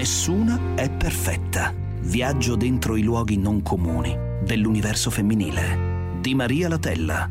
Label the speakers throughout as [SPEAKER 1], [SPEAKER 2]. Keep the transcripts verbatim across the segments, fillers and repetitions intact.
[SPEAKER 1] Nessuna è perfetta. Viaggio dentro i luoghi non comuni dell'universo femminile di Maria Latella.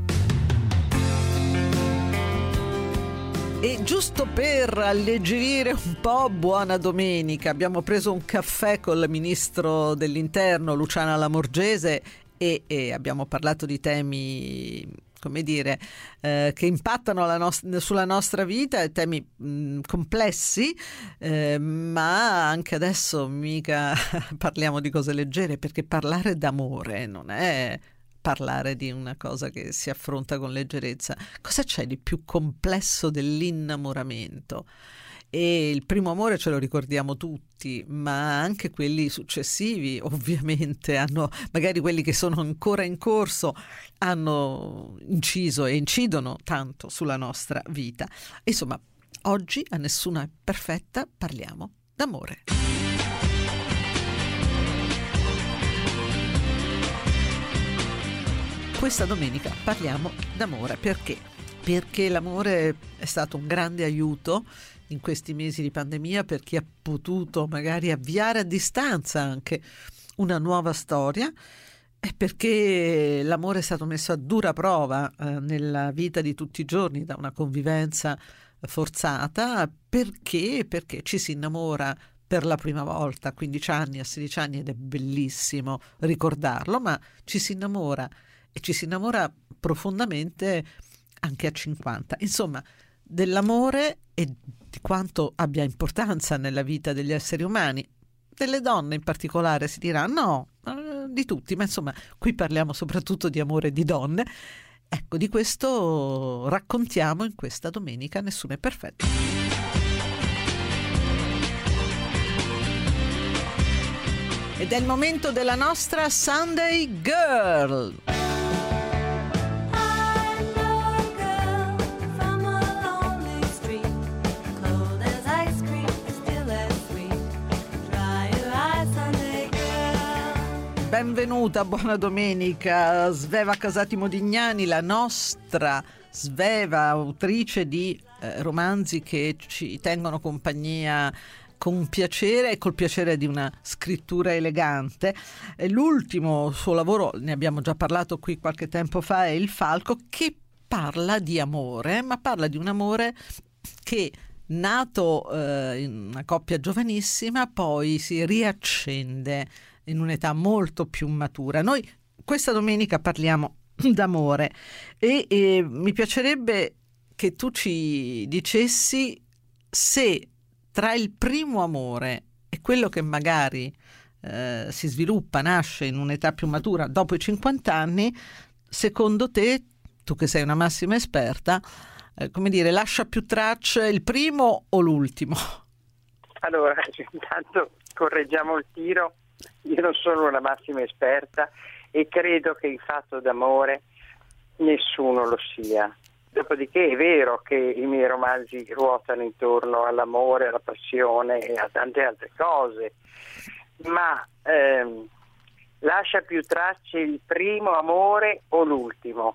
[SPEAKER 2] E giusto per alleggerire un po', buona domenica. Abbiamo preso un caffè con il ministro dell'Interno Luciana Lamorgese e, e abbiamo parlato di temi, come dire, eh, che impattano la nost- sulla nostra vita, temi mh, complessi, eh, ma anche adesso mica parliamo di cose leggere, perché parlare d'amore non è parlare di una cosa che si affronta con leggerezza. Cosa c'è di più complesso dell'innamoramento? E il primo amore ce lo ricordiamo tutti, ma anche quelli successivi ovviamente hanno, magari quelli che sono ancora in corso, hanno inciso e incidono tanto sulla nostra vita. Insomma, oggi a Nessuna è perfetta parliamo d'amore. Questa domenica parliamo d'amore. Perché? Perché l'amore è stato un grande aiuto in questi mesi di pandemia per chi ha potuto magari avviare a distanza anche una nuova storia, e perché l'amore è stato messo a dura prova eh, nella vita di tutti i giorni da una convivenza forzata. Perché? Perché ci si innamora per la prima volta a quindici anni, a sedici anni, ed è bellissimo ricordarlo, ma ci si innamora e ci si innamora profondamente anche a cinquanta. Insomma, dell'amore e di quanto abbia importanza nella vita degli esseri umani, delle donne in particolare. Si dirà no, eh, di tutti, ma insomma qui parliamo soprattutto di amore di donne. Ecco, di questo raccontiamo in questa domenica Nessuno è perfetto. Ed è il momento della nostra Sunday Girl. Benvenuta, buona domenica, Sveva Casati Modignani, la nostra Sveva, autrice di eh, romanzi che ci tengono compagnia con piacere e col piacere di una scrittura elegante. E l'ultimo suo lavoro, ne abbiamo già parlato qui qualche tempo fa, è Il Falco, che parla di amore, ma parla di un amore che, nato eh, in una coppia giovanissima, poi si riaccende in un'età molto più matura. Noi questa domenica parliamo d'amore e, e mi piacerebbe che tu ci dicessi se tra il primo amore e quello che magari eh, si sviluppa, nasce in un'età più matura dopo i cinquanta anni, secondo te, tu che sei una massima esperta, eh, come dire, lascia più tracce il primo o l'ultimo?
[SPEAKER 3] Allora, intanto correggiamo il tiro. Io non sono una massima esperta e credo che in fatto d'amore nessuno lo sia. Dopodiché è vero che i miei romanzi ruotano intorno all'amore, alla passione e a tante altre cose, ma ehm, lascia più tracce il primo amore o l'ultimo?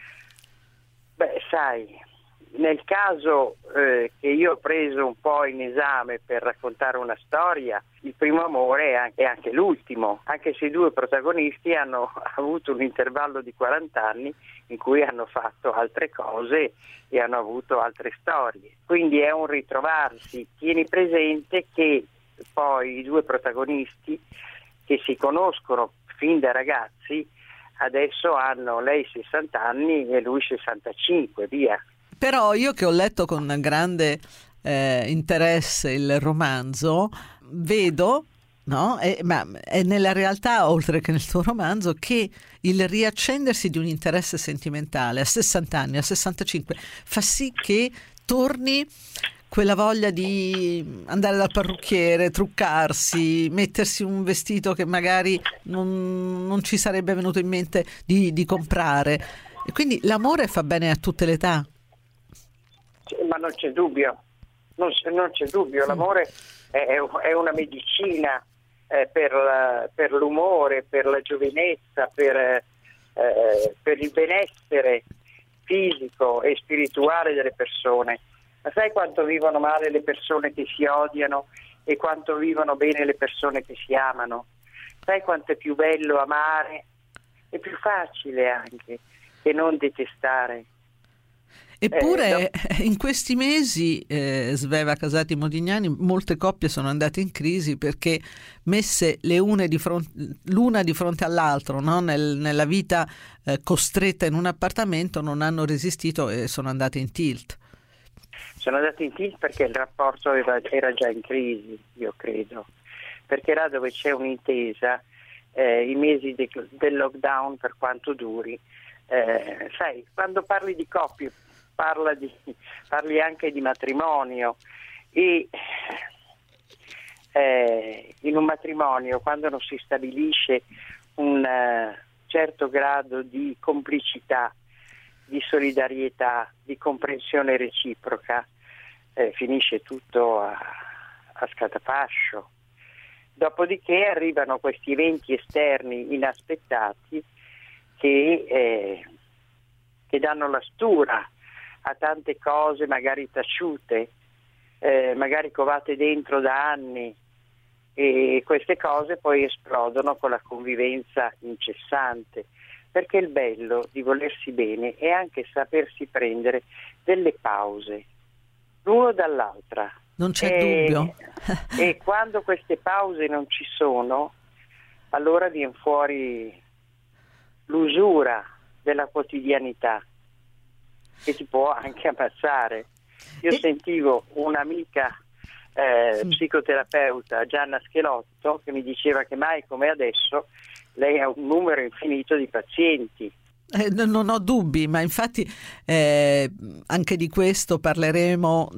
[SPEAKER 3] Beh, sai, nel caso eh, che io ho preso un po' in esame per raccontare una storia, il primo amore è anche, è anche l'ultimo, anche se i due protagonisti hanno avuto un intervallo di quaranta anni in cui hanno fatto altre cose e hanno avuto altre storie. Quindi è un ritrovarsi. Tieni presente che poi i due protagonisti, che si conoscono fin da ragazzi, adesso hanno lei sessanta anni e lui sessantacinque, via.
[SPEAKER 2] Però io, che ho letto con grande eh, interesse il romanzo, vedo, no? E, ma è nella realtà, oltre che nel tuo romanzo, che il riaccendersi di un interesse sentimentale a sessanta anni, a sessantacinque, fa sì che torni quella voglia di andare dal parrucchiere, truccarsi, mettersi un vestito che magari non, non ci sarebbe venuto in mente di, di comprare. E quindi l'amore fa bene a tutte le età.
[SPEAKER 3] Ma non c'è dubbio, non, non c'è dubbio, l'amore è, è una medicina eh, per, la, per l'umore, per la giovinezza, per, eh, per il benessere fisico e spirituale delle persone. Ma sai quanto vivono male le persone che si odiano, e quanto vivono bene le persone che si amano. Sai quanto è più bello amare? È più facile anche che non detestare.
[SPEAKER 2] Eppure
[SPEAKER 3] Eh, no.
[SPEAKER 2] in questi mesi, eh, Sveva Casati Modignani, molte coppie sono andate in crisi perché messe le une di fronte, l'una di fronte all'altro, no? Nel, nella vita eh, costretta in un appartamento, non hanno resistito e sono andate in tilt.
[SPEAKER 3] Sono andate in tilt perché il rapporto era, era già in crisi, io credo, perché là dove c'è un'intesa, eh, i mesi de, del lockdown, per quanto duri, eh, sai, quando parli di coppie Parla di, parli anche di matrimonio e eh, in un matrimonio, quando non si stabilisce un uh, certo grado di complicità, di solidarietà, di comprensione reciproca, eh, finisce tutto a, a scatafascio. Dopodiché arrivano questi eventi esterni inaspettati che, eh, che danno la stura a tante cose magari taciute, eh, magari covate dentro da anni, e queste cose poi esplodono con la convivenza incessante, perché il bello di volersi bene è anche sapersi prendere delle pause, l'uno dall'altra.
[SPEAKER 2] Non c'è
[SPEAKER 3] e,
[SPEAKER 2] dubbio.
[SPEAKER 3] E quando queste pause non ci sono, allora viene fuori l'usura della quotidianità, che ti può anche ammazzare. Io e... sentivo un'amica eh, sì. psicoterapeuta, Gianna Schelotto, che mi diceva che mai come adesso lei ha un numero infinito di pazienti.
[SPEAKER 2] Eh, non ho dubbi, ma infatti eh, anche di questo parleremo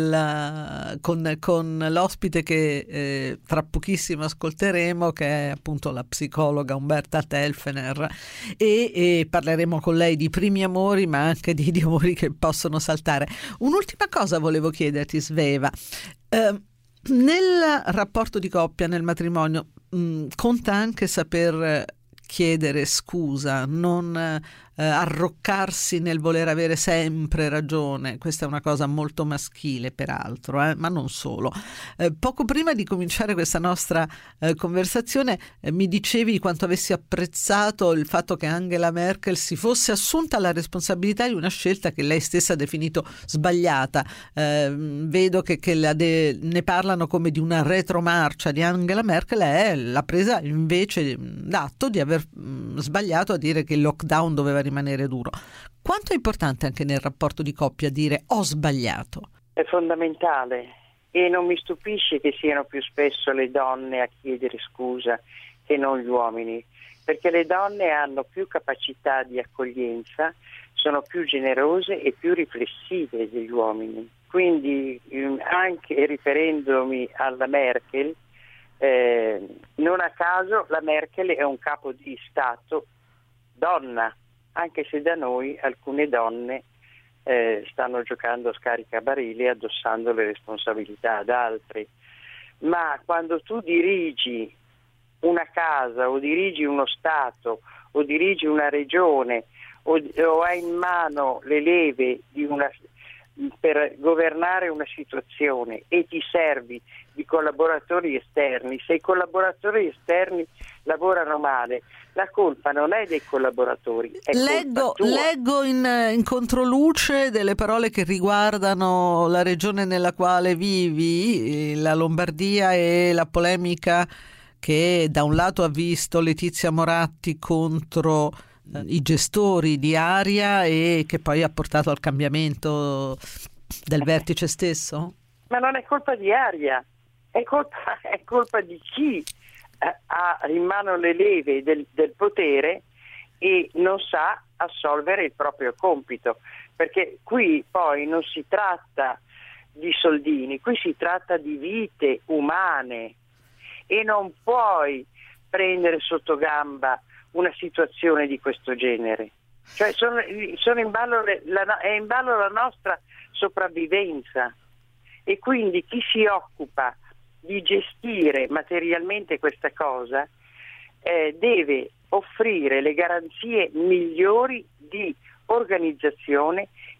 [SPEAKER 2] nel, con, con l'ospite che eh, tra pochissimo ascolteremo, che è appunto la psicologa Umberta Telfener, e, e parleremo con lei di primi amori, ma anche di, di amori che possono saltare. Un'ultima cosa volevo chiederti, Sveva. Eh, nel rapporto di coppia, nel matrimonio, mh, conta anche saper chiedere scusa, non eh, arroccarsi nel voler avere sempre ragione. Questa è una cosa molto maschile, peraltro, eh? Ma non solo. Eh, poco prima di cominciare questa nostra eh, conversazione eh, mi dicevi quanto avessi apprezzato il fatto che Angela Merkel si fosse assunta la responsabilità di una scelta che lei stessa ha definito sbagliata. Eh, vedo che, che la de- ne parlano come di una retromarcia di Angela Merkel, è la presa invece d'atto di aver mh, sbagliato a dire che il lockdown doveva rimanere duro. Quanto è importante anche nel rapporto di coppia dire ho sbagliato?
[SPEAKER 3] È fondamentale, e non mi stupisce che siano più spesso le donne a chiedere scusa che non gli uomini, perché le donne hanno più capacità di accoglienza, sono più generose e più riflessive degli uomini. Quindi anche riferendomi alla Merkel, eh, non a caso la Merkel è un capo di Stato donna, anche se da noi alcune donne eh, stanno giocando a scaricabarile e addossando le responsabilità ad altri. Ma quando tu dirigi una casa o dirigi uno Stato o dirigi una regione o, o hai in mano le leve di una, per governare una situazione e ti servi di collaboratori esterni, se i collaboratori esterni lavorano male, la colpa non è dei collaboratori, è
[SPEAKER 2] leggo,
[SPEAKER 3] colpa tua.
[SPEAKER 2] leggo in, in controluce delle parole che riguardano la regione nella quale vivi, la Lombardia, e la polemica che da un lato ha visto Letizia Moratti contro eh, i gestori di Aria e che poi ha portato al cambiamento del vertice stesso?
[SPEAKER 3] Ma non è colpa di Aria, è colpa, è colpa di chi ha in mano le leve del, del potere e non sa assolvere il proprio compito, perché qui poi non si tratta di soldini, qui si tratta di vite umane e non puoi prendere sotto gamba una situazione di questo genere. Cioè sono, sono in ballo le, la, è in ballo la nostra sopravvivenza, e quindi chi si occupa di gestire materialmente questa cosa eh, deve offrire le garanzie migliori di organizzazione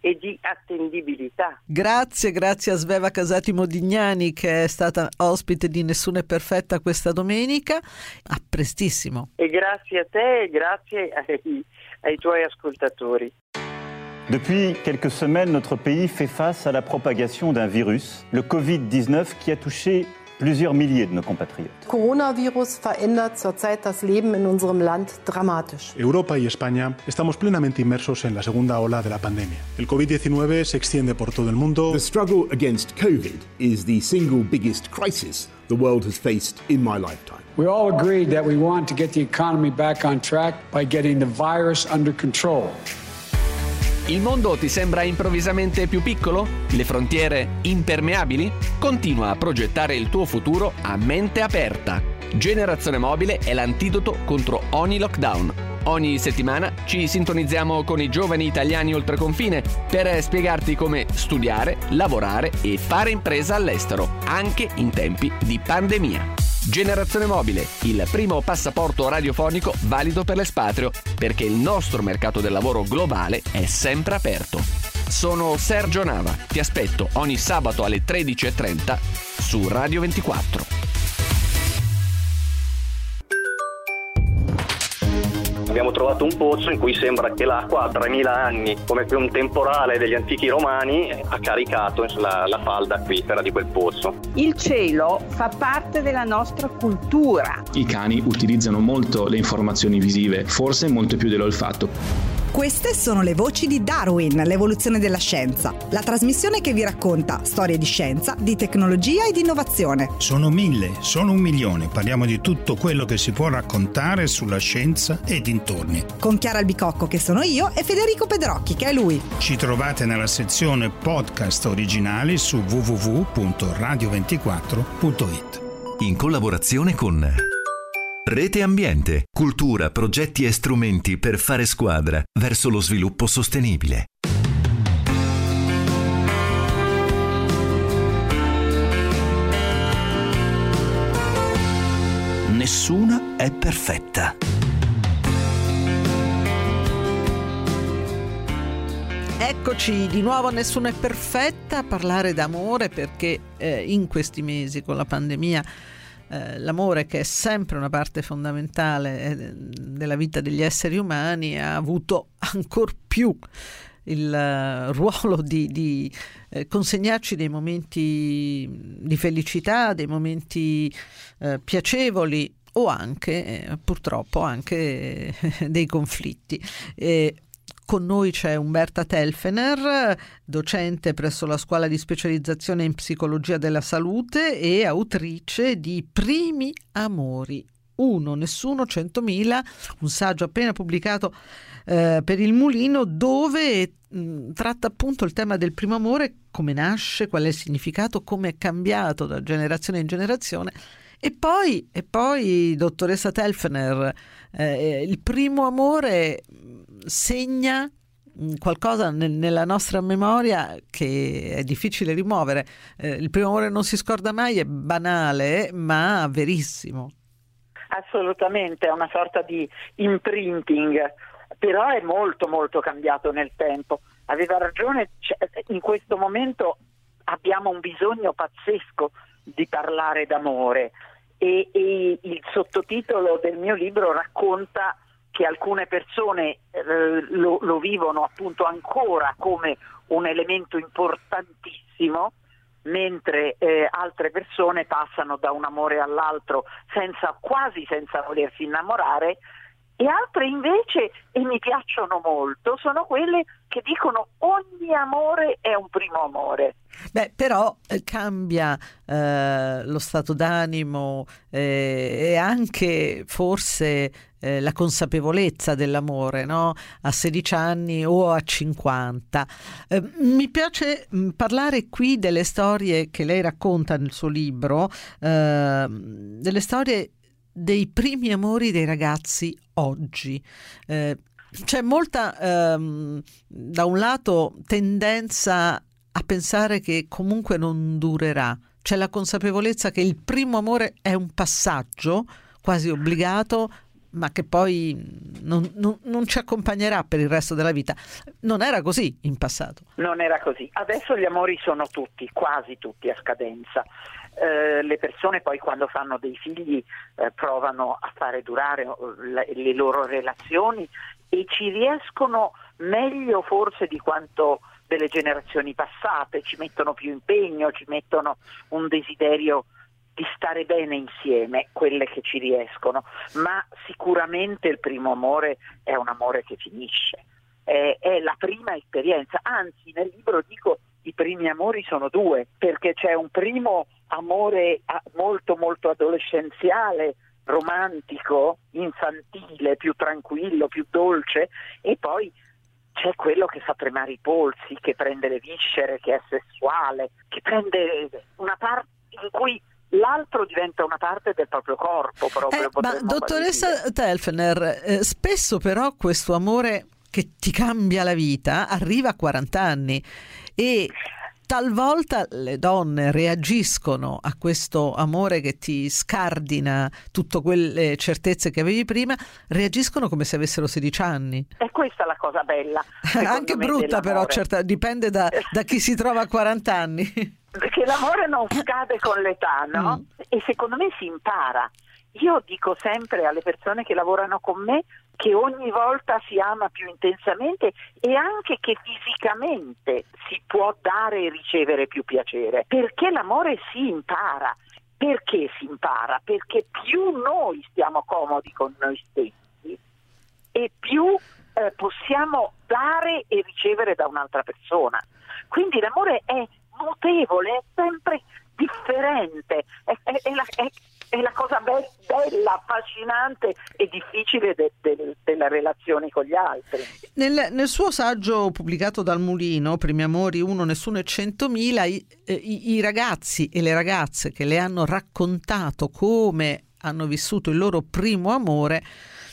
[SPEAKER 3] e di attendibilità.
[SPEAKER 2] Grazie, grazie a Sveva Casati Modignani che è stata ospite di Nessuno è perfetta questa domenica. A prestissimo.
[SPEAKER 3] E grazie a te e grazie ai, ai tuoi ascoltatori.
[SPEAKER 4] Depuis quelques semaines, notre pays fait face à la propagation d'un virus, le covid dix-neuf, qui a touché plusieurs milliers de nos compatriotes.
[SPEAKER 5] Coronavirus verändert zurzeit das Leben in unserem Land dramatisch.
[SPEAKER 6] Europa y España estamos plenamente inmersos en la segunda ola de la pandemia. El covid diecinueve se extiende por todo el mundo.
[SPEAKER 7] The struggle against COVID is the single biggest crisis the world has faced in my lifetime.
[SPEAKER 8] We all agreed that we want to get the economy back on track by getting the virus under control.
[SPEAKER 9] Il mondo ti sembra improvvisamente più piccolo? Le frontiere impermeabili? Continua a progettare il tuo futuro a mente aperta. Generazione Mobile è l'antidoto contro ogni lockdown. Ogni settimana ci sintonizziamo con i giovani italiani oltre confine per spiegarti come studiare, lavorare e fare impresa all'estero, anche in tempi di pandemia. Generazione Mobile, il primo passaporto radiofonico valido per l'espatrio, perché il nostro mercato del lavoro globale è sempre aperto. Sono Sergio Nava, ti aspetto ogni sabato alle tredici e trenta su Radio ventiquattro.
[SPEAKER 10] Abbiamo trovato un pozzo in cui sembra che l'acqua ha tremila anni, come un temporale degli antichi romani ha caricato la, la falda acquifera di quel pozzo.
[SPEAKER 11] Il cielo fa parte della nostra cultura.
[SPEAKER 12] I cani utilizzano molto le informazioni visive, forse molto più dell'olfatto.
[SPEAKER 13] Queste sono le voci di Darwin, l'evoluzione della scienza, la trasmissione che vi racconta storie di scienza, di tecnologia e di innovazione.
[SPEAKER 14] Sono mille, sono un milione, parliamo di tutto quello che si può raccontare sulla scienza e dintorni.
[SPEAKER 13] Con Chiara Albicocco, che sono io, e Federico Pedrocchi, che è lui.
[SPEAKER 14] Ci trovate nella sezione podcast originali su w w w punto radio ventiquattro punto i t.
[SPEAKER 15] In collaborazione con Rete Ambiente, cultura, progetti e strumenti per fare squadra verso lo sviluppo sostenibile.
[SPEAKER 1] Nessuna è perfetta.
[SPEAKER 2] Eccoci di nuovo, Nessuno è perfetta, a parlare d'amore perché eh, in questi mesi con la pandemia eh, l'amore, che è sempre una parte fondamentale eh, della vita degli esseri umani, ha avuto ancor più il uh, ruolo di, di eh, consegnarci dei momenti di felicità, dei momenti eh, piacevoli o anche eh, purtroppo anche eh, dei conflitti. E con noi c'è Umberta Telfener, docente presso la Scuola di specializzazione in psicologia della salute e autrice di Primi amori. Uno, nessuno, centomila, un saggio appena pubblicato eh, per il Mulino, dove mh, tratta appunto il tema del primo amore, come nasce, qual è il significato, come è cambiato da generazione in generazione. E poi, e poi dottoressa Telfener, eh, il primo amore segna qualcosa nel, nella nostra memoria che è difficile rimuovere. Eh, il primo amore non si scorda mai, è banale ma verissimo.
[SPEAKER 3] Assolutamente, è una sorta di imprinting, però è molto molto cambiato nel tempo. Aveva ragione, in questo momento abbiamo un bisogno pazzesco di parlare d'amore e, e il sottotitolo del mio libro racconta che alcune persone eh, lo, lo vivono appunto ancora come un elemento importantissimo, mentre eh, altre persone passano da un amore all'altro senza, quasi senza volersi innamorare, e altre invece, e mi piacciono molto, sono quelle che dicono ogni amore è un primo amore.
[SPEAKER 2] Beh, però eh, cambia eh, lo stato d'animo eh, e anche forse eh, la consapevolezza dell'amore, no? A sedici anni o a cinquanta. Eh, mi piace mh, parlare qui delle storie che lei racconta nel suo libro, eh, delle storie dei primi amori dei ragazzi oggi. Eh, c'è molta, ehm, da un lato, tendenza a pensare che comunque non durerà. C'è la consapevolezza che il primo amore è un passaggio quasi obbligato, ma che poi non, non, non ci accompagnerà per il resto della vita. Non era così in passato.
[SPEAKER 11] Non era così. Adesso gli amori sono tutti, quasi tutti a scadenza. Eh, le persone poi quando fanno dei figli eh, provano a fare durare le, le loro relazioni e ci riescono meglio forse di quanto delle generazioni passate, ci mettono più impegno, ci mettono un desiderio di stare bene insieme, quelle che ci riescono, ma sicuramente il primo amore è un amore che finisce, è, è la prima esperienza, anzi nel libro dico i primi amori sono due, perché c'è un primo amore molto molto adolescenziale, romantico, infantile, più tranquillo, più dolce, e poi c'è quello che fa tremare i polsi, che prende le viscere, che è sessuale, che prende una parte in cui l'altro diventa una parte del proprio corpo. Proprio,
[SPEAKER 2] eh, ma dottoressa Telfner, eh, spesso però questo amore che ti cambia la vita arriva a quaranta anni e talvolta le donne reagiscono a questo amore che ti scardina tutte quelle certezze che avevi prima, reagiscono come se avessero sedici anni.
[SPEAKER 11] E questa è la cosa bella.
[SPEAKER 2] Anche brutta però, certo, dipende da, da chi si trova a quaranta anni.
[SPEAKER 11] Perché l'amore non scade con l'età, no? Mm. E secondo me si impara. Io dico sempre alle persone che lavorano con me che ogni volta si ama più intensamente e anche che fisicamente si può dare e ricevere più piacere, perché l'amore si impara. Perché si impara? Perché più noi stiamo comodi con noi stessi e più eh, possiamo dare e ricevere da un'altra persona. Quindi l'amore è mutevole, è sempre differente, è, è, è, la, è, è la cosa be- bella, affascinante e difficile de- de- della relazione con gli altri.
[SPEAKER 2] Nel, nel suo saggio pubblicato dal Mulino, Primi amori, uno, nessuno e centomila, i, i, i ragazzi e le ragazze che le hanno raccontato come hanno vissuto il loro primo amore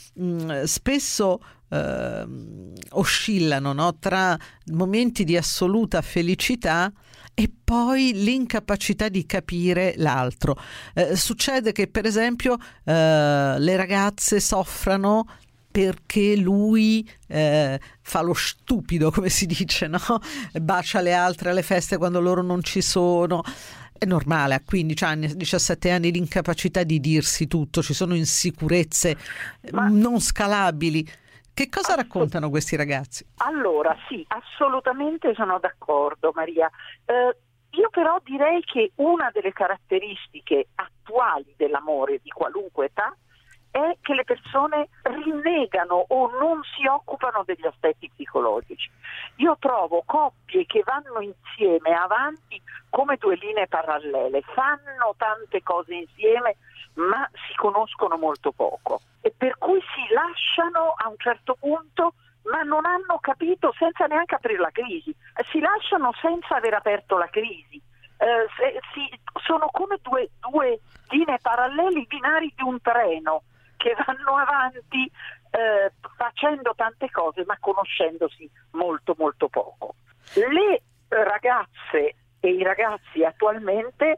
[SPEAKER 2] mh, spesso eh, oscillano, no? Tra momenti di assoluta felicità e poi l'incapacità di capire l'altro. Eh, succede che per esempio eh, le ragazze soffrano perché lui eh, fa lo stupido, come si dice, no? Bacia le altre alle feste quando loro non ci sono. È normale, a quindici anni, a diciassette anni, l'incapacità di dirsi tutto, ci sono insicurezze Ma... non scalabili. Che cosa raccontano questi ragazzi?
[SPEAKER 11] Allora, sì, assolutamente sono d'accordo, Maria. Eh, io però direi che una delle caratteristiche attuali dell'amore di qualunque età è che le persone rinnegano o non si occupano degli aspetti psicologici. Io trovo coppie che vanno insieme avanti come due linee parallele, fanno tante cose insieme ma si conoscono molto poco e per cui si lasciano a un certo punto ma non hanno capito senza neanche aprire la crisi, si lasciano senza aver aperto la crisi. Eh, se, si, sono come due, due linee parallele, binari di un treno che vanno avanti eh, facendo tante cose ma conoscendosi molto molto poco. Le ragazze e i ragazzi attualmente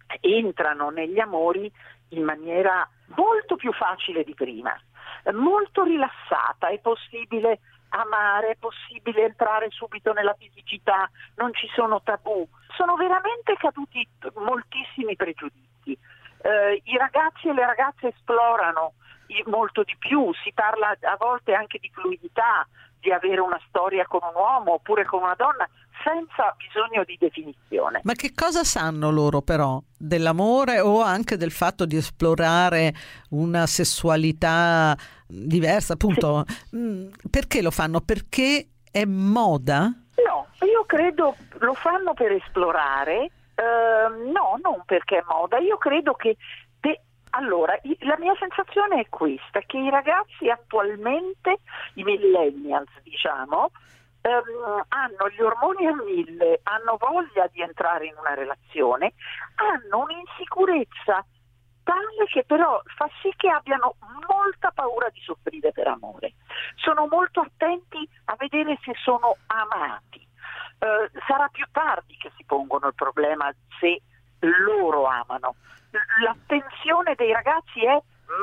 [SPEAKER 11] entrano negli amori in maniera molto più facile di prima, molto rilassata, è possibile amare, è possibile entrare subito nella fisicità, non ci sono tabù, sono veramente caduti moltissimi pregiudizi. Eh, i ragazzi e le ragazze esplorano molto di più, si parla a volte anche di fluidità, di avere una storia con un uomo oppure con una donna senza bisogno di definizione.
[SPEAKER 2] Ma che cosa sanno loro però dell'amore o anche del fatto di esplorare una sessualità diversa, appunto? Sì. Perché lo fanno? Perché è moda?
[SPEAKER 11] No, io credo lo fanno per esplorare, uh, no, non perché è moda, io credo che de- allora, la mia sensazione è questa, che i ragazzi attualmente, i millennials diciamo, ehm, hanno gli ormoni a mille, hanno voglia di entrare in una relazione, hanno un'insicurezza tale che però fa sì che abbiano molta paura di soffrire per amore. Sono molto attenti a vedere se sono amati. Eh, sarà più tardi che si pongono il problema se loro amano. L'attenzione dei ragazzi è: ma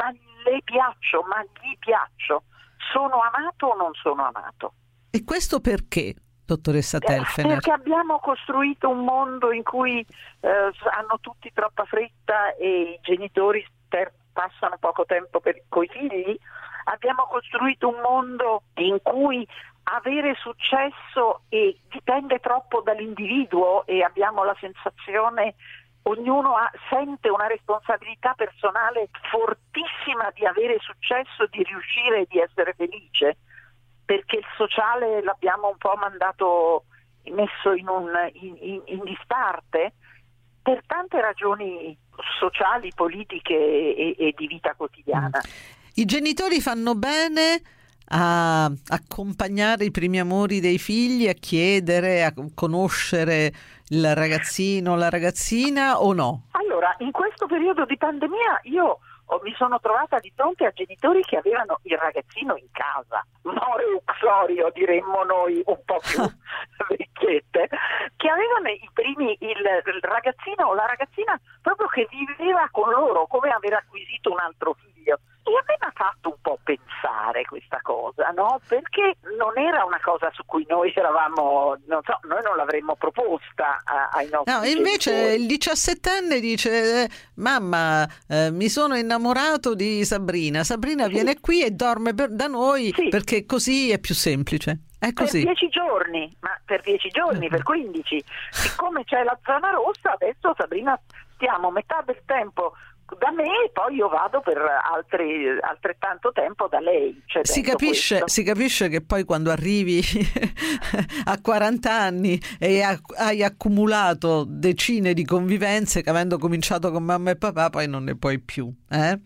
[SPEAKER 11] le piaccio, ma gli piaccio. Sono amato o non sono amato?
[SPEAKER 2] E questo perché, dottoressa Telfener?
[SPEAKER 11] Perché abbiamo costruito un mondo in cui eh, hanno tutti troppa fretta e i genitori per, passano poco tempo con i figli. Abbiamo costruito un mondo in cui avere successo e dipende troppo dall'individuo e abbiamo la sensazione, ognuno ha, sente una responsabilità personale fortissima di avere successo, di riuscire e di essere felice, perché il sociale l'abbiamo un po' mandato, messo in, un, in, in, in disparte per tante ragioni sociali, politiche e, e di vita quotidiana.
[SPEAKER 2] I genitori fanno bene a accompagnare i primi amori dei figli, a chiedere, a conoscere il ragazzino o la ragazzina, o no?
[SPEAKER 11] Allora, in questo periodo di pandemia io oh, mi sono trovata di fronte a genitori che avevano il ragazzino in casa, more uxorio diremmo noi un po' più vecchiette, che avevano i primi, il, il ragazzino o la ragazzina proprio che viveva con loro, come aver acquisito un altro figlio. E a me mi ha fatto un po' pensare questa cosa, no? Perché non era una cosa su cui noi eravamo, non so, noi non l'avremmo proposta a, ai nostri
[SPEAKER 2] No, invece
[SPEAKER 11] genitori.
[SPEAKER 2] il diciassettenne dice eh, mamma, eh, mi sono innamorato di Sabrina, Sabrina sì. viene qui e dorme per, da noi sì. perché così è più semplice. È così.
[SPEAKER 11] Per dieci giorni, ma per dieci giorni, per quindici. Siccome c'è la zona rossa, adesso Sabrina stiamo metà del tempo da me e poi io vado per altri, altrettanto tempo da lei. Cioè
[SPEAKER 2] si, capisce, si capisce che poi quando arrivi a quaranta anni e hai accumulato decine di convivenze che avendo cominciato con mamma e papà poi non ne puoi più, eh?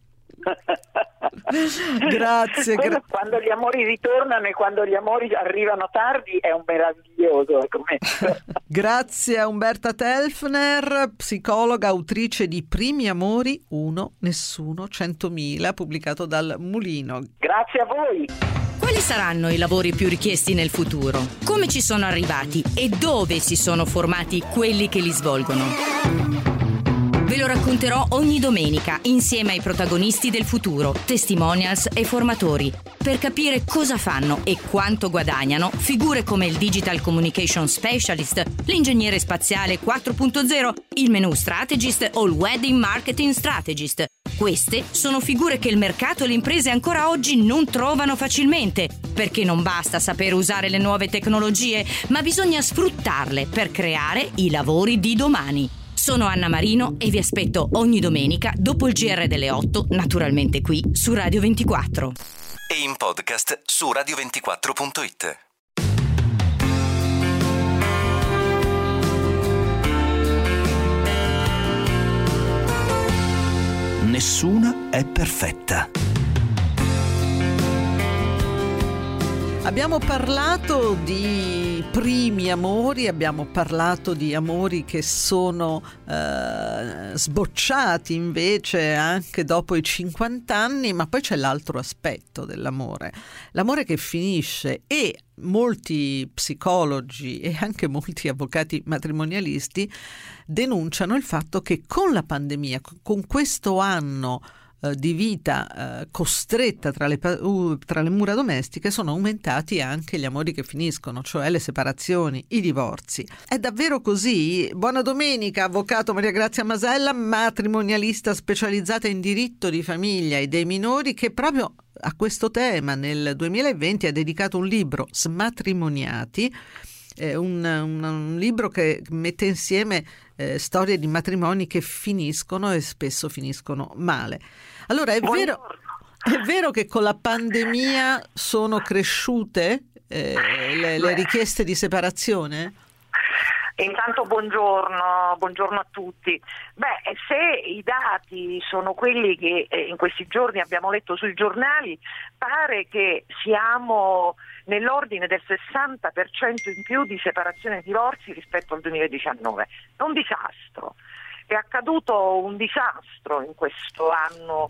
[SPEAKER 2] Grazie.
[SPEAKER 11] Gra- quando gli amori ritornano e quando gli amori arrivano tardi è un meraviglioso.
[SPEAKER 2] Grazie a Umberta Telfner, psicologa, autrice di Primi amori, uno, nessuno, centomila, pubblicato dal Mulino.
[SPEAKER 11] Grazie a voi.
[SPEAKER 16] Quali saranno i lavori più richiesti nel futuro? Come ci sono arrivati e dove si sono formati quelli che li svolgono? Ve lo racconterò ogni domenica insieme ai protagonisti del futuro, testimonials e formatori, per capire cosa fanno e quanto guadagnano figure come il Digital Communication Specialist, l'ingegnere spaziale quattro punto zero, il menu strategist o il Wedding Marketing Strategist. Queste sono figure che il mercato e le imprese ancora oggi non trovano facilmente, perché non basta saper usare le nuove tecnologie, ma bisogna sfruttarle per creare i lavori di domani. Sono Anna Marino e vi aspetto ogni domenica dopo il G R delle otto, naturalmente qui su Radio ventiquattro.
[SPEAKER 15] E in podcast su radio ventiquattro punto it.
[SPEAKER 1] Nessuna è perfetta.
[SPEAKER 2] Abbiamo parlato di primi amori, abbiamo parlato di amori che sono eh, sbocciati invece anche dopo i cinquanta anni, ma poi c'è l'altro aspetto dell'amore, l'amore che finisce, e molti psicologi e anche molti avvocati matrimonialisti denunciano il fatto che con la pandemia, con questo anno di vita eh, costretta tra le, uh, tra le mura domestiche, sono aumentati anche gli amori che finiscono, cioè le separazioni, i divorzi. È davvero così? Buona domenica, avvocato Maria Grazia Masella, matrimonialista specializzata in diritto di famiglia e dei minori, che proprio a questo tema nel duemilaventi ha dedicato un libro, Smatrimoniati, eh, un, un, un libro che mette insieme eh, storie di matrimoni che finiscono e spesso finiscono male. Allora, è vero, è vero che con la pandemia sono cresciute eh, le, le richieste di separazione?
[SPEAKER 11] Intanto buongiorno, buongiorno a tutti. Beh, se i dati sono quelli che eh, in questi giorni abbiamo letto sui giornali, pare che siamo nell'ordine del sessanta per cento in più di separazioni e divorzi rispetto al duemiladiciannove. È un disastro. È accaduto un disastro in questo anno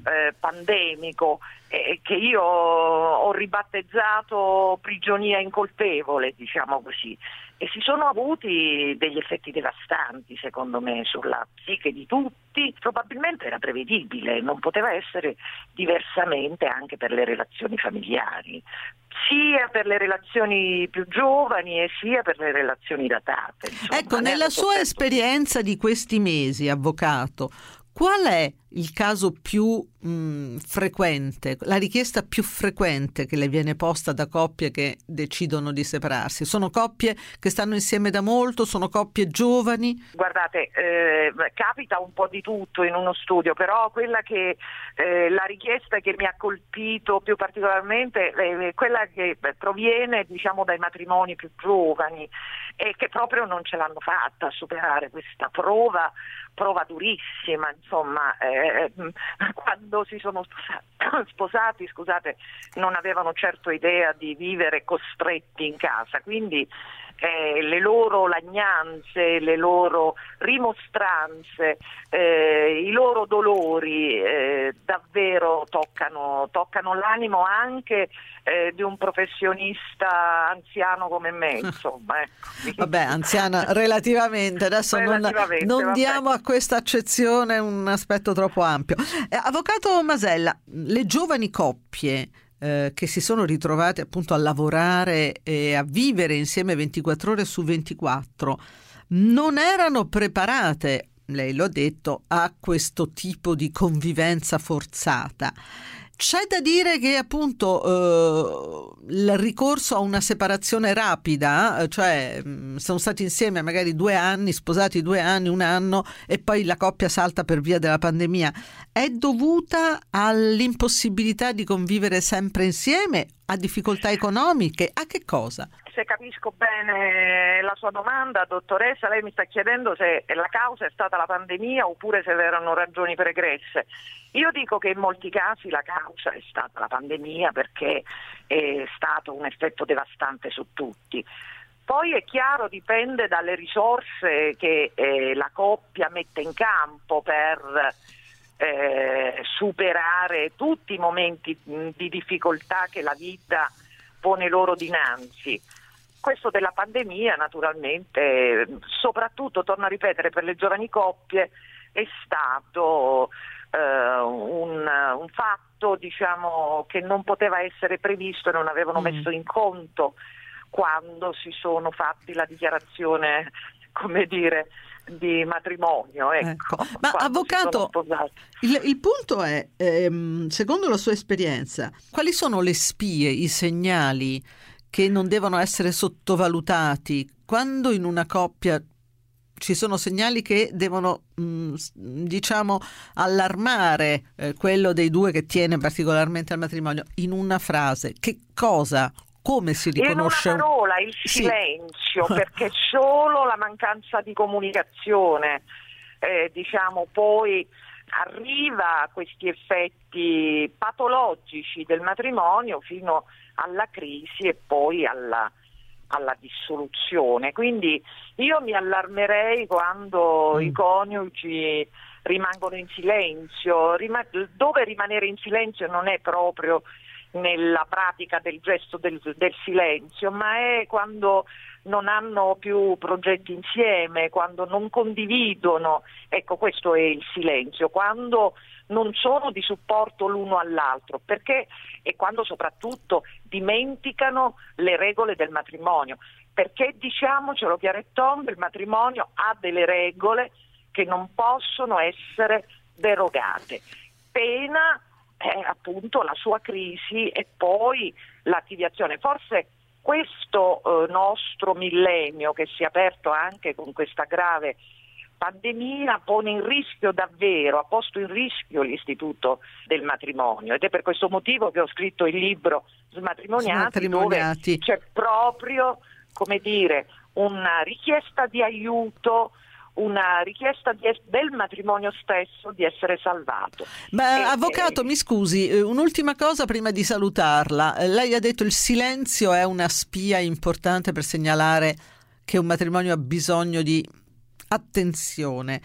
[SPEAKER 11] eh, pandemico eh, che io ho ribattezzato prigionia incolpevole, diciamo così, e si sono avuti degli effetti devastanti secondo me sulla psiche di tutti. Probabilmente era prevedibile, non poteva essere diversamente anche per le relazioni familiari, sia per le relazioni più giovani e sia per le relazioni datate. Insomma,
[SPEAKER 2] ecco, nella sua tempo... esperienza di questi mesi, avvocato, qual è il caso più mh, frequente, la richiesta più frequente che le viene posta da coppie che decidono di separarsi? Sono coppie che stanno insieme da molto? Sono coppie giovani?
[SPEAKER 11] Guardate, eh, capita un po' di tutto in uno studio, però quella che eh, la richiesta che mi ha colpito più particolarmente è quella che proviene, diciamo, dai matrimoni più giovani e che proprio non ce l'hanno fatta a superare questa prova prova durissima, insomma, eh, quando si sono sposati, sposati, scusate, non avevano certo idea di vivere costretti in casa, quindi eh, le loro lagnanze, le loro rimostranze, eh, i loro dolori eh, davvero toccano, toccano l'animo anche eh, di un professionista anziano come me, insomma. Ecco.
[SPEAKER 2] Vabbè, anziana relativamente, adesso relativamente, non, non diamo a questa accezione un aspetto troppo ampio. Eh, avvocato Masella, le giovani coppie Eh, che si sono ritrovate appunto a lavorare e a vivere insieme ventiquattro ore su ventiquattro non erano preparate, lei lo ha detto, a questo tipo di convivenza forzata. C'è da dire che appunto eh, il ricorso a una separazione rapida, cioè mh, sono stati insieme magari due anni, sposati due anni, un anno e poi la coppia salta per via della pandemia, è dovuta all'impossibilità di convivere sempre insieme, a difficoltà economiche, a che cosa?
[SPEAKER 11] Se capisco bene la sua domanda, dottoressa, lei mi sta chiedendo se la causa è stata la pandemia oppure se erano ragioni pregresse. Io dico che in molti casi la causa è stata la pandemia perché è stato un effetto devastante su tutti. Poi è chiaro, dipende dalle risorse che eh, la coppia mette in campo per eh, superare tutti i momenti di difficoltà che la vita pone loro dinanzi. Questo della pandemia naturalmente, soprattutto, torno a ripetere, per le giovani coppie è stato eh, un, un fatto, diciamo, che non poteva essere previsto e non avevano mm. messo in conto quando si sono fatti la dichiarazione, come dire, di matrimonio. Ecco.
[SPEAKER 2] Ecco. Ma avvocato, il, il punto è, ehm, secondo la sua esperienza, quali sono le spie, i segnali che non devono essere sottovalutati quando in una coppia ci sono segnali che devono mh, diciamo allarmare eh, quello dei due che tiene particolarmente al matrimonio? In una frase, che cosa, come si riconosce?
[SPEAKER 11] In una parola, il silenzio, sì. Perché solo la mancanza di comunicazione eh, diciamo poi arriva a questi effetti patologici del matrimonio fino alla crisi e poi alla, alla dissoluzione. Quindi io mi allarmerei quando mm. i coniugi rimangono in silenzio, Rima- dove rimanere in silenzio non è proprio nella pratica del gesto del, del silenzio, ma è quando non hanno più progetti insieme, quando non condividono, ecco, questo è il silenzio, quando non sono di supporto l'uno all'altro, perché e quando soprattutto dimenticano le regole del matrimonio, perché diciamocelo chiaro e tondo, il matrimonio ha delle regole che non possono essere derogate, pena eh, appunto la sua crisi e poi l'attivazione. Forse questo eh, nostro millennio che si è aperto anche con questa grave pandemia pone in rischio davvero, ha posto in rischio l'istituto del matrimonio, ed è per questo motivo che ho scritto il libro Smatrimoniati,
[SPEAKER 2] Smatrimoniati.
[SPEAKER 11] dove c'è proprio, come dire, una richiesta di aiuto, una richiesta di, del matrimonio stesso di essere salvato.
[SPEAKER 2] Ma
[SPEAKER 11] e,
[SPEAKER 2] avvocato,
[SPEAKER 11] e...
[SPEAKER 2] mi scusi, un'ultima cosa prima di salutarla. Lei ha detto il silenzio è una spia importante per segnalare che un matrimonio ha bisogno di attenzione.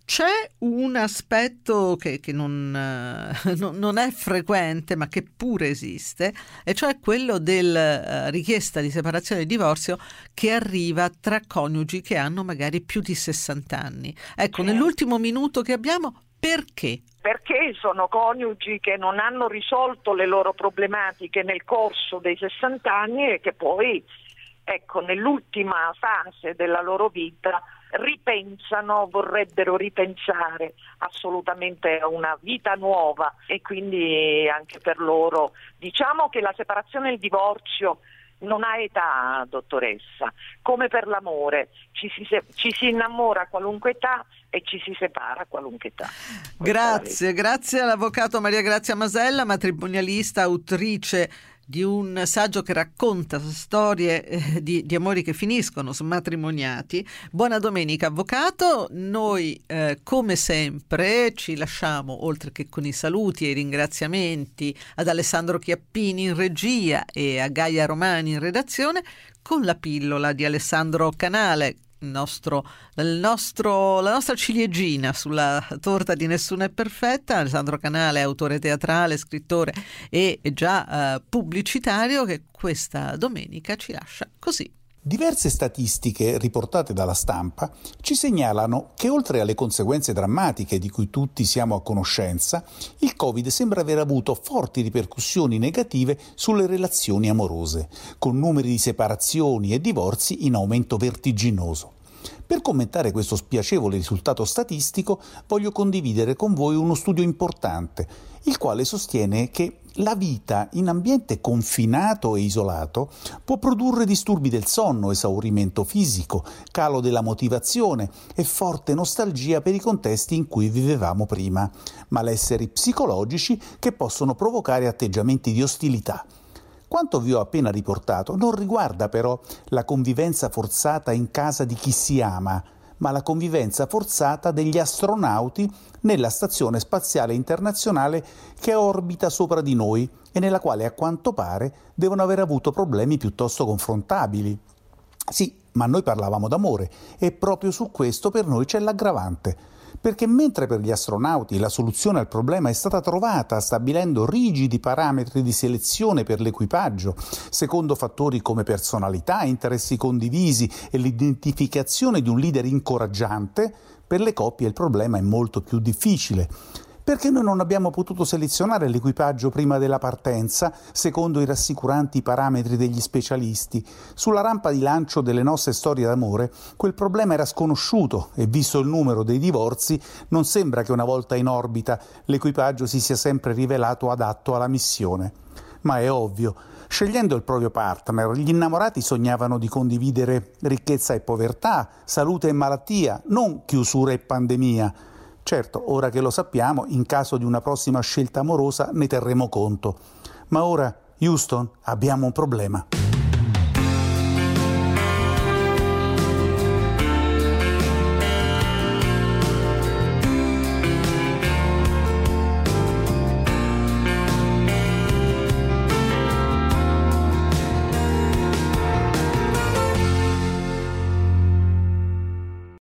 [SPEAKER 2] C'è un aspetto che, che non, eh, non, non è frequente, ma che pure esiste, e cioè quello della eh, richiesta di separazione e divorzio che arriva tra coniugi che hanno magari più di sessanta anni. Ecco, nell'ultimo minuto che abbiamo, perché?
[SPEAKER 11] Perché sono coniugi che non hanno risolto le loro problematiche nel corso dei sessanta anni e che poi, ecco, nell'ultima fase della loro vita ripensano, vorrebbero ripensare assolutamente a una vita nuova, e quindi anche per loro diciamo che la separazione e il divorzio non ha età, dottoressa, come per l'amore, ci si, ci si innamora a qualunque età e ci si separa a qualunque età.
[SPEAKER 2] Grazie, grazie all'avvocato Maria Grazia Masella, matrimonialista, autrice di un saggio che racconta storie eh, di, di amori che finiscono smatrimoniati. Buona domenica, avvocato. Noi eh, come sempre ci lasciamo, oltre che con i saluti e i ringraziamenti ad Alessandro Chiappini in regia e a Gaia Romani in redazione, con la pillola di Alessandro Canale, il nostro, il nostro, la nostra ciliegina sulla torta di Nessuna è perfetta. Alessandro Canale, autore teatrale, scrittore e già eh, pubblicitario, che questa domenica ci lascia così.
[SPEAKER 17] Diverse statistiche riportate dalla stampa ci segnalano che oltre alle conseguenze drammatiche di cui tutti siamo a conoscenza, il Covid sembra aver avuto forti ripercussioni negative sulle relazioni amorose, con numeri di separazioni e divorzi in aumento vertiginoso. Per commentare questo spiacevole risultato statistico voglio condividere con voi uno studio importante, il quale sostiene che la vita in ambiente confinato e isolato può produrre disturbi del sonno, esaurimento fisico, calo della motivazione e forte nostalgia per i contesti in cui vivevamo prima, malesseri psicologici che possono provocare atteggiamenti di ostilità. Quanto vi ho appena riportato non riguarda però la convivenza forzata in casa di chi si ama, ma la convivenza forzata degli astronauti nella Stazione Spaziale Internazionale che orbita sopra di noi e nella quale a quanto pare devono aver avuto problemi piuttosto confrontabili. Sì, ma noi parlavamo d'amore e proprio su questo per noi c'è l'aggravante. Perché mentre per gli astronauti la soluzione al problema è stata trovata stabilendo rigidi parametri di selezione per l'equipaggio, secondo fattori come personalità, interessi condivisi e l'identificazione di un leader incoraggiante, per le coppie il problema è molto più difficile. Perché noi non abbiamo potuto selezionare l'equipaggio prima della partenza, secondo i rassicuranti parametri degli specialisti. Sulla rampa di lancio delle nostre storie d'amore, quel problema era sconosciuto e, visto il numero dei divorzi, non sembra che una volta in orbita l'equipaggio si sia sempre rivelato adatto alla missione. Ma è ovvio, scegliendo il proprio partner, gli innamorati sognavano di condividere ricchezza e povertà, salute e malattia, non chiusura e pandemia. Certo, ora che lo sappiamo, in caso di una prossima scelta amorosa ne terremo conto. Ma ora, Houston, abbiamo un problema.